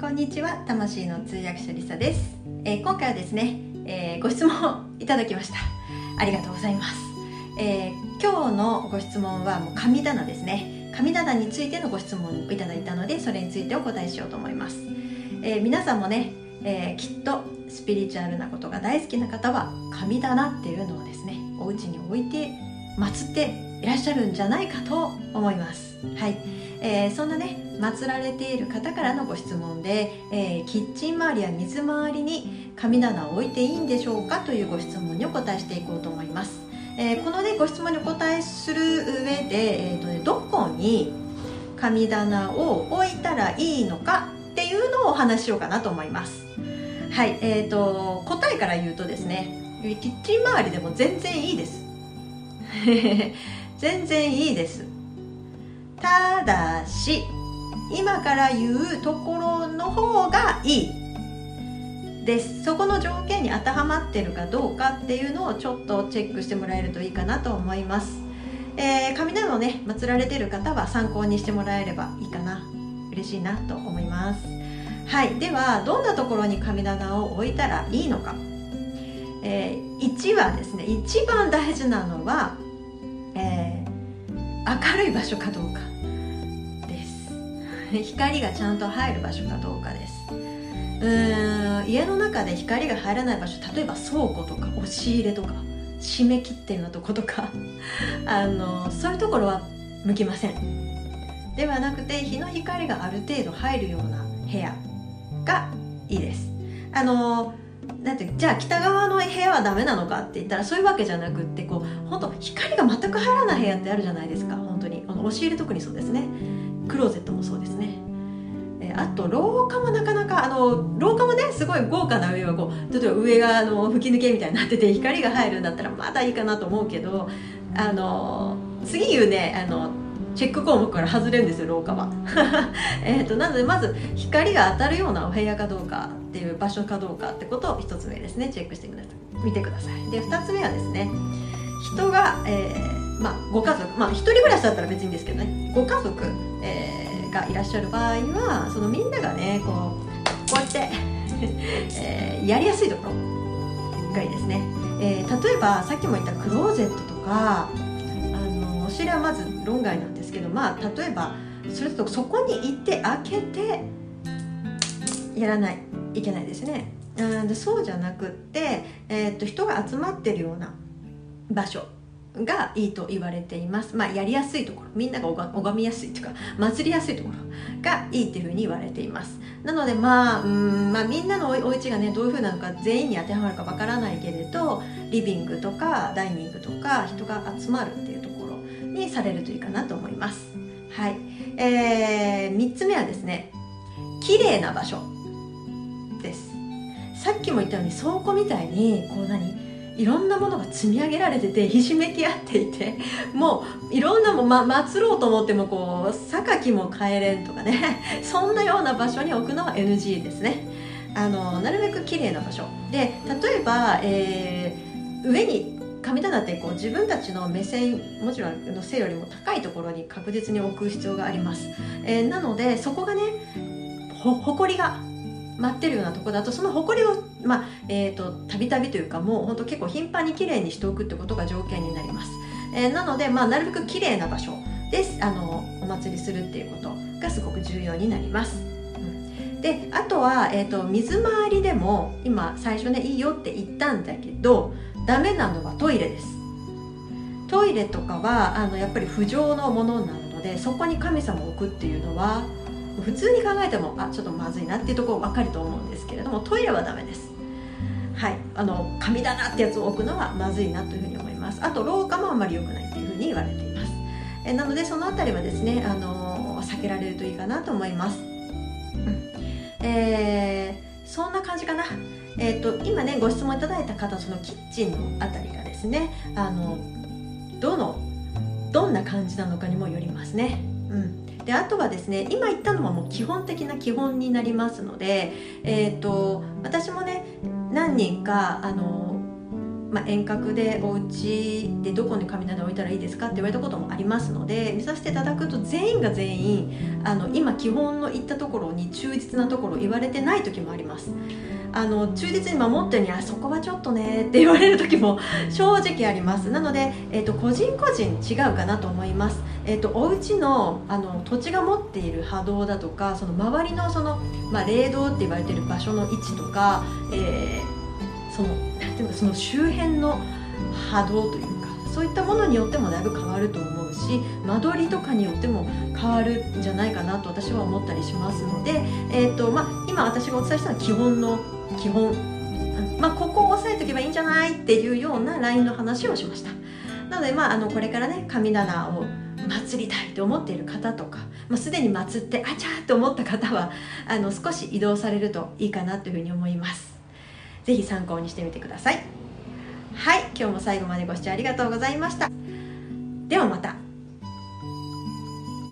こんにちは、魂の通訳者リサです。今回はですね、ご質問をいただきました。ありがとうございます。今日のご質問はもう神棚ですね。神棚についてのご質問をいただいたので、それについてお答えしようと思います。皆さんもね、きっとスピリチュアルなことが大好きな方は神棚っていうのをですね、お家に置いて祀っていらっしゃるんじゃないかと思います。はい。そんなね、祀られている方からのご質問で、キッチン周りや水回りに神棚を置いていいんでしょうかというご質問にお答えしていこうと思います。このね、ご質問にお答えする上で、どこに神棚を置いたらいいのかっていうのをお話ししようかなと思います。はい、答えから言うとですね、キッチン周りでも全然いいです全然いいです。ただし今から言うところの方がいいです。そこの条件に当てはまってるかどうかっていうのをちょっとチェックしてもらえるといいかなと思います。神棚をね、祀られている方は参考にしてもらえればいいかな、嬉しいなと思います。はい、ではどんなところに神棚を置いたらいいのか。1はですね、一番大事なのは、明るい場所かどうかです。光がちゃんと入る場所かどうかです。家の中で光が入らない場所、例えば倉庫とか押し入れとか締め切ってるようなとことかそういうところは向きません。ではなくて、日の光がある程度入るような部屋がいいです。なんて、じゃあ北側の部屋はダメなのかって言ったらそういうわけじゃなくって、こう本当光が全く入らない部屋ってあるじゃないですか。本当に押し入れ特にそうですね。クローゼットもそうですね。あと廊下もなかなか廊下もね、すごい豪華な上はこう、例えば上が吹き抜けみたいになってて光が入るんだったらまだいいかなと思うけど、次言うね、チェック項目から外れるんですよ、廊下はなのでまず光が当たるようなお部屋かどうかっていう場所かどうかってことを一つ目ですね、チェックして見てください。で、二つ目はですね、人が、ご家族、一人暮らしだったら別にいいんですけどね、ご家族、がいらっしゃる場合は、そのみんながね、こうやってやりやすいところがいいですね。例えばさっきも言ったクローゼットとか、お尻はまず論外なんですけど、例えばそれとそこに行って開けてやらないいけないですね。でそうじゃなくって、人が集まってるような場所がいいと言われています。やりやすいところ、みんなが拝みやすいというか祭りやすいところがいいっていうふうに言われています。なのでみんなのお家がね、どういうふうなのか全員に当てはまるかわからないけれど、リビングとかダイニングとか人が集まるっていうところにされるといいかなと思います。はい。3つ目はですね、綺麗な場所です。さっきも言ったように倉庫みたいにいろんなものが積み上げられててひしめき合っていて、もういろんなも祀ろうと思っても榊も帰れんとかねそんなような場所に置くのは NG ですね。なるべく綺麗な場所で、例えば、上に神棚って自分たちの目線、もちろんの背よりも高いところに確実に置く必要があります。なのでそこがね、埃が舞ってるようなところだと、その埃をたびたびというか、もう本当結構頻繁にきれいにしておくってことが条件になります。なので、なるべくきれいな場所でお祭りするっていうことがすごく重要になります。で、あとは、水回りでも今最初ね、いいよって言ったんだけど、ダメなのはトイレです。トイレとかはやっぱり不浄のものなので、そこに神様を置くっていうのは普通に考えてもちょっとまずいなっていうところ分かると思うんですけれども、トイレはダメです。はい、神棚ってやつを置くのはまずいなというふうに思います。あと廊下もあんまり良くないっていうふうに言われています。なのでそのあたりはですね、避けられるといいかなと思います。そんな感じかな。今ね、ご質問いただいた方、そのキッチンのあたりがですね、どんな感じなのかにもよりますね。で、あとはですね、今言ったのはもう基本的な基本になりますので、私もね、何人か遠隔でお家でどこに神棚を置いたらいいですかって言われたこともありますので、見させていただくと全員が全員今基本の言ったところに忠実なところを言われてない時もあります。忠実に守ってるにそこはちょっとねって言われる時も正直あります。なので、個人個人違うかなと思います。お家の土地が持っている波動だとか、その周りの霊道って言われている場所の位置とか、その周辺の波動というか、そういったものによってもだいぶ変わると思うし、間取りとかによっても変わるんじゃないかなと私は思ったりしますので、今私がお伝えしたのは基本の基本、ここを押さえておけばいいんじゃないっていうようなラインの話をしました。なので、これからね神棚を祀りたいと思っている方とか、すでに祀ってあちゃーって思った方は少し移動されるといいかなというふうに思います。ぜひ参考にしてみてください。はい、今日も最後までご視聴ありがとうございました。ではまた。